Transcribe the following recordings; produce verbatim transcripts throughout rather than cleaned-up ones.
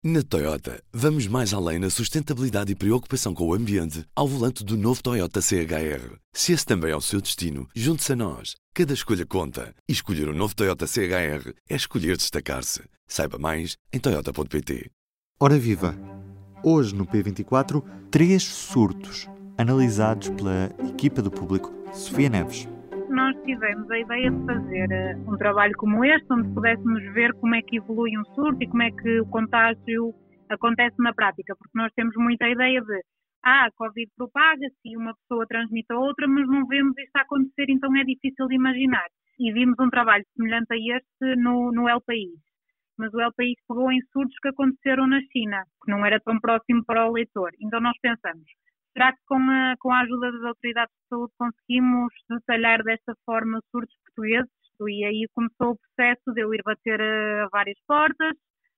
Na Toyota, vamos mais além na sustentabilidade e preocupação com o ambiente ao volante do novo Toyota C H R. Se esse também é o seu destino, junte-se a nós. Cada escolha conta. E escolher o novo Toyota C H R é escolher destacar-se. Saiba mais em toyota ponto pt. Ora viva! Hoje no P vinte e quatro, três surtos analisados pela equipa do Público. Sofia Neves. Nós tivemos a ideia de fazer uh, um trabalho como este, onde pudéssemos ver como é que evolui um surto e como é que o contágio acontece na prática, porque nós temos muita ideia de ah, a Covid propaga-se e uma pessoa transmite a outra, mas não vemos isto a acontecer, então é difícil de imaginar. E vimos um trabalho semelhante a este no, no El País, mas o El País pegou em surtos que aconteceram na China, que não era tão próximo para o leitor. Então nós pensamos, será que com a, com a ajuda das autoridades de saúde conseguimos detalhar desta forma surtos portugueses? E aí começou o processo de eu ir bater a várias portas,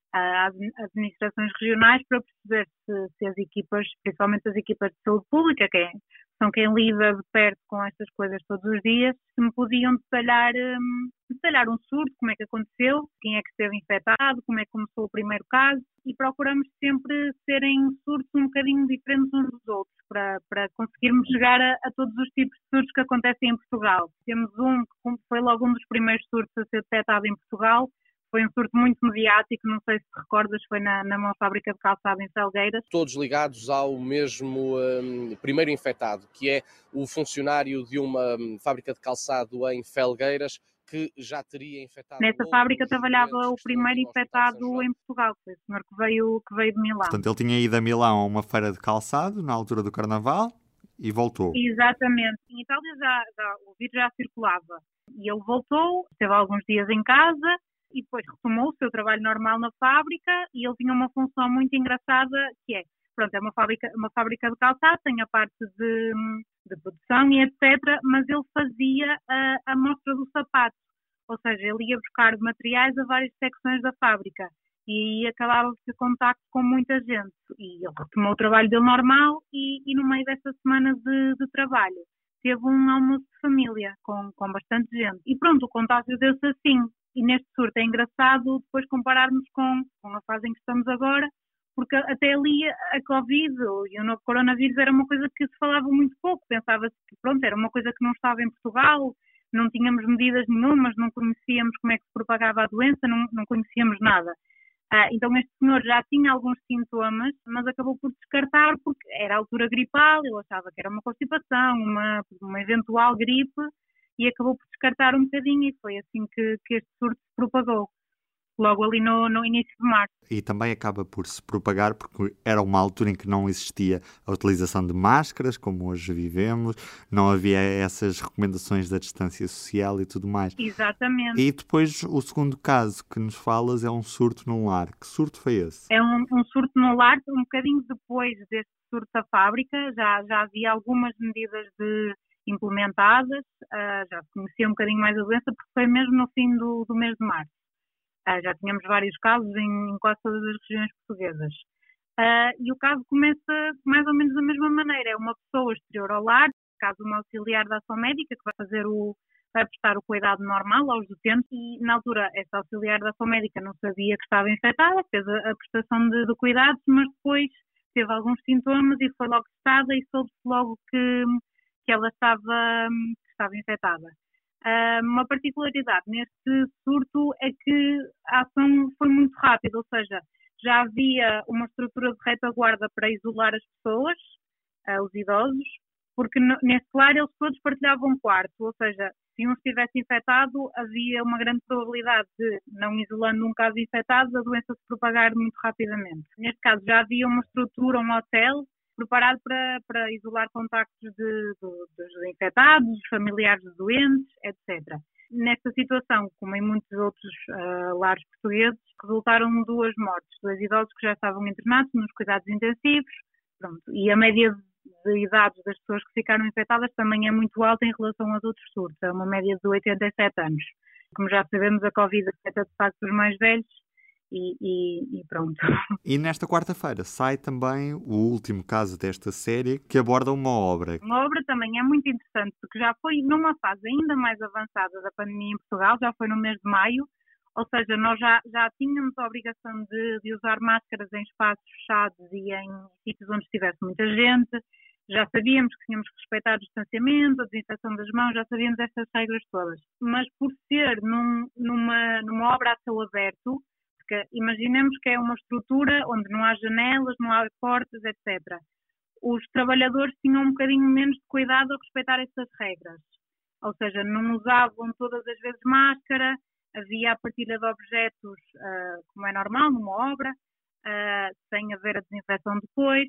às administrações regionais, para perceber se, se as equipas, principalmente as equipas de saúde pública, que é, são quem lida de perto com estas coisas todos os dias, se me podiam detalhar, um, detalhar um surto, como é que aconteceu, quem é que esteve infectado, como é que começou o primeiro caso, e procuramos sempre serem surtos um bocadinho diferentes uns dos outros, para, para conseguirmos chegar a, a todos os tipos de surtos que acontecem em Portugal. Temos um que foi logo um dos primeiros surtos a ser detectado em Portugal. Foi um surto muito mediático, não sei se te recordas, foi na, numa fábrica de calçado em Felgueiras. Todos ligados ao mesmo um, primeiro infectado, que é o funcionário de uma um, fábrica de calçado em Felgueiras, que já teria infectado... Nessa fábrica trabalhava o primeiro infectado em Portugal, foi o senhor que veio, que veio de Milão. Portanto, ele tinha ido a Milão a uma feira de calçado, na altura do Carnaval, e voltou. Exatamente. Em Itália já, já, o vírus já circulava. E ele voltou, esteve alguns dias em casa, e depois retomou o seu trabalho normal na fábrica, e ele tinha uma função muito engraçada, que é, pronto, é uma fábrica, uma fábrica de calçado, tem a parte de, de produção e etcétera, mas ele fazia a, a amostra do sapato, ou seja, ele ia buscar materiais a várias secções da fábrica, e aí acabava de ter contacto com muita gente, e ele retomou o trabalho dele normal, e, e no meio dessa semana de, de trabalho, teve um almoço de família, com, com bastante gente, e pronto, o contágio deu-se assim. E neste surto é engraçado depois compararmos com, com a fase em que estamos agora, porque até ali a Covid e o novo coronavírus era uma coisa que se falava muito pouco, pensava-se que pronto, era uma coisa que não estava em Portugal, não tínhamos medidas nenhumas, não conhecíamos como é que se propagava a doença, não, não conhecíamos nada. Ah, então este senhor já tinha alguns sintomas, mas acabou por descartar porque era a altura gripal, ele achava que era uma constipação, uma, uma eventual gripe, e acabou por descartar um bocadinho, e foi assim que, que este surto se propagou, logo ali no, no início de março. E também acaba por se propagar porque era uma altura em que não existia a utilização de máscaras, como hoje vivemos, não havia essas recomendações da distância social e tudo mais. Exatamente. E depois o segundo caso que nos falas é um surto no lar. Que surto foi esse? É um, um surto no lar, um bocadinho depois deste surto da fábrica, já, já havia algumas medidas de implementadas, uh, já se conhecia um bocadinho mais a doença, porque foi mesmo no fim do, do mês de março. Uh, já tínhamos vários casos em, em quase todas as regiões portuguesas. Uh, e o caso começa mais ou menos da mesma maneira. É uma pessoa exterior ao lar, caso uma auxiliar da ação médica, que vai fazer o, vai prestar o cuidado normal aos utentes, e na altura essa auxiliar da ação médica não sabia que estava infectada, fez a, a prestação de, de cuidados, mas depois teve alguns sintomas e foi logo testada e soube-se logo que que ela estava, que estava infectada. Uh, uma particularidade neste surto é que a ação foi muito rápida, ou seja, já havia uma estrutura de retaguarda para isolar as pessoas, uh, os idosos, porque no, neste lar eles todos partilhavam um quarto, ou seja, se um estivesse infectado, havia uma grande probabilidade de, não isolando um caso infectado, a doença se propagar muito rapidamente. Neste caso já havia uma estrutura, um hotel, preparado para, para isolar contactos de, de, dos infectados, dos familiares dos doentes, etcétera. Nesta situação, como em muitos outros uh, lares portugueses, resultaram duas mortes, dois idosos que já estavam internados nos cuidados intensivos, pronto, e a média de idades das pessoas que ficaram infectadas também é muito alta em relação aos outros surtos, é uma média de oitenta e sete anos. Como já sabemos, a Covid afeta de facto os mais velhos, E, e, e pronto. E nesta quarta-feira sai também o último caso desta série, que aborda uma obra. Uma obra também é muito interessante, porque já foi numa fase ainda mais avançada da pandemia em Portugal, já foi no mês de maio, ou seja, nós já, já tínhamos a obrigação de, de usar máscaras em espaços fechados e em sítios onde estivesse muita gente, já sabíamos que tínhamos que respeitar o distanciamento, a desinfecção das mãos, já sabíamos essas regras todas. Mas por ser num, numa, numa obra a céu aberto, porque imaginemos que é uma estrutura onde não há janelas, não há portas, etcétera. Os trabalhadores tinham um bocadinho menos de cuidado a respeitar essas regras. Ou seja, não usavam todas as vezes máscara, havia a partilha de objetos, uh, como é normal numa obra, uh, sem haver a desinfecção depois.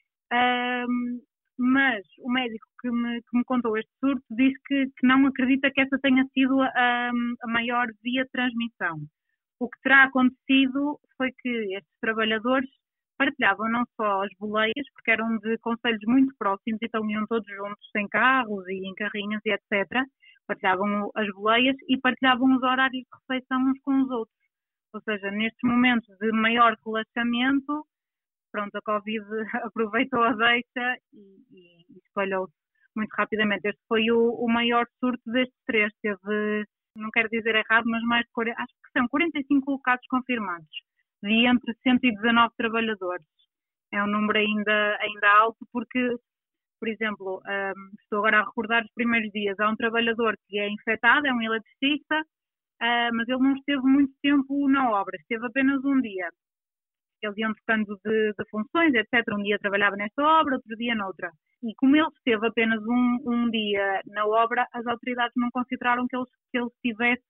Uh, mas o médico que me, que me contou este surto diz que, que não acredita que essa tenha sido a, a maior via de transmissão. O que terá acontecido foi que estes trabalhadores partilhavam não só as boleias, porque eram de concelhos muito próximos, então iam todos juntos em carros e em carrinhas e etcétera. Partilhavam as boleias e partilhavam os horários de refeição uns com os outros. Ou seja, nestes momentos de maior relaxamento, pronto, a Covid aproveitou a deixa e, e espalhou-se muito rapidamente. Este foi o, o maior surto destes três. Teve, não quero dizer errado, mas mais de quarenta, acho que são quarenta e cinco casos confirmados, de entre cento e dezanove trabalhadores. É um número ainda, ainda alto porque, por exemplo, um, estou agora a recordar os primeiros dias, há um trabalhador que é infectado, é um eletricista, uh, mas ele não esteve muito tempo na obra, esteve apenas um dia. Eles iam trocando de, de funções, etcétera. Um dia trabalhava nesta obra, outro dia noutra. E como ele esteve apenas um, um dia na obra, as autoridades não consideraram que ele, que ele tivesse,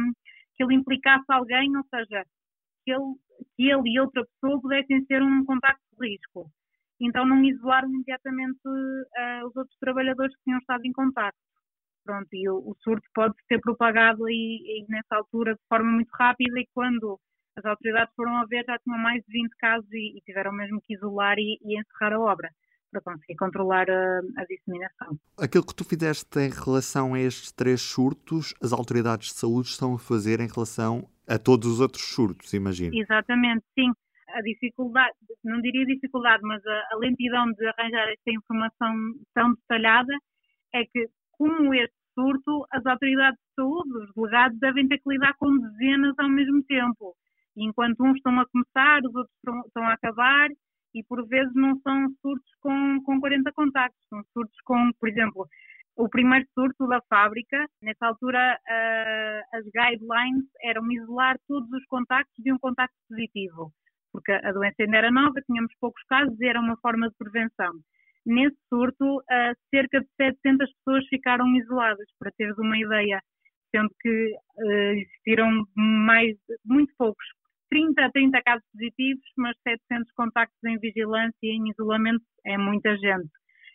que ele implicasse alguém, ou seja, que ele, que ele e outra pessoa pudessem ter um contacto de risco. Então não isolaram imediatamente uh, os outros trabalhadores que tinham estado em contacto. Pronto, e o, o surto pode ser propagado aí, aí nessa altura de forma muito rápida, e quando as autoridades foram a ver, já tinham mais de vinte casos e, e tiveram mesmo que isolar e, e encerrar a obra para conseguir controlar a, a disseminação. Aquilo que tu fizeste em relação a estes três surtos, as autoridades de saúde estão a fazer em relação a todos os outros surtos, imagino. Exatamente, sim. A dificuldade, não diria dificuldade, mas a, a lentidão de arranjar esta informação tão detalhada é que, como este surto, as autoridades de saúde, os delegados, devem ter que lidar com dezenas ao mesmo tempo. E enquanto uns estão a começar, os outros estão, estão a acabar, e por vezes não são surtos com, com quarenta contactos, são surtos com, por exemplo, o primeiro surto da fábrica, nessa altura uh, as guidelines eram isolar todos os contactos de um contacto positivo, porque a doença ainda era nova, tínhamos poucos casos e era uma forma de prevenção. Nesse surto, uh, cerca de setecentas pessoas ficaram isoladas, para teres uma ideia, sendo que uh, existiram mais, muito poucos, trinta a trinta casos positivos, mas setecentos contactos em vigilância e em isolamento é muita gente.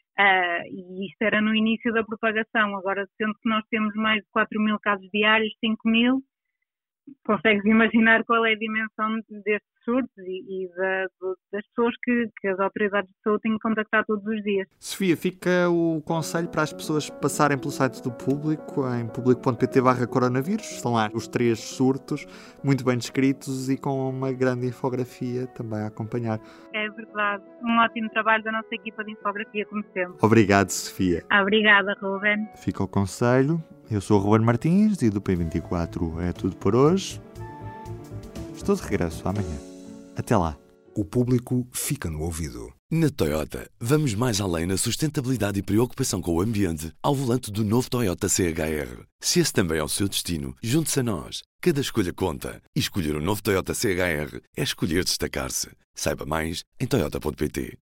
Uh, e isto era no início da propagação. Agora, sendo que nós temos mais de quatro mil casos diários, cinco mil, consegues imaginar qual é a dimensão destes surtos e, e da, das pessoas que, que as autoridades de saúde têm que contactar todos os dias. Sofia, fica o conselho para as pessoas passarem pelo site do Público, em público ponto pt barra coronavírus. Estão lá os três surtos, muito bem descritos e com uma grande infografia também a acompanhar. É verdade. Um ótimo trabalho da nossa equipa de infografia, como sempre. Obrigado, Sofia. Obrigada, Ruben. Fica o conselho. Eu sou o Ruben Martins e do P vinte e quatro é tudo por hoje. Estou de regresso amanhã. Até lá. O Público fica no ouvido. Na Toyota, vamos mais além na sustentabilidade e preocupação com o ambiente ao volante do novo Toyota C H R. Se esse também é o seu destino, junte-se a nós. Cada escolha conta. E escolher o novo Toyota C H R é escolher destacar-se. Saiba mais em toyota ponto pt.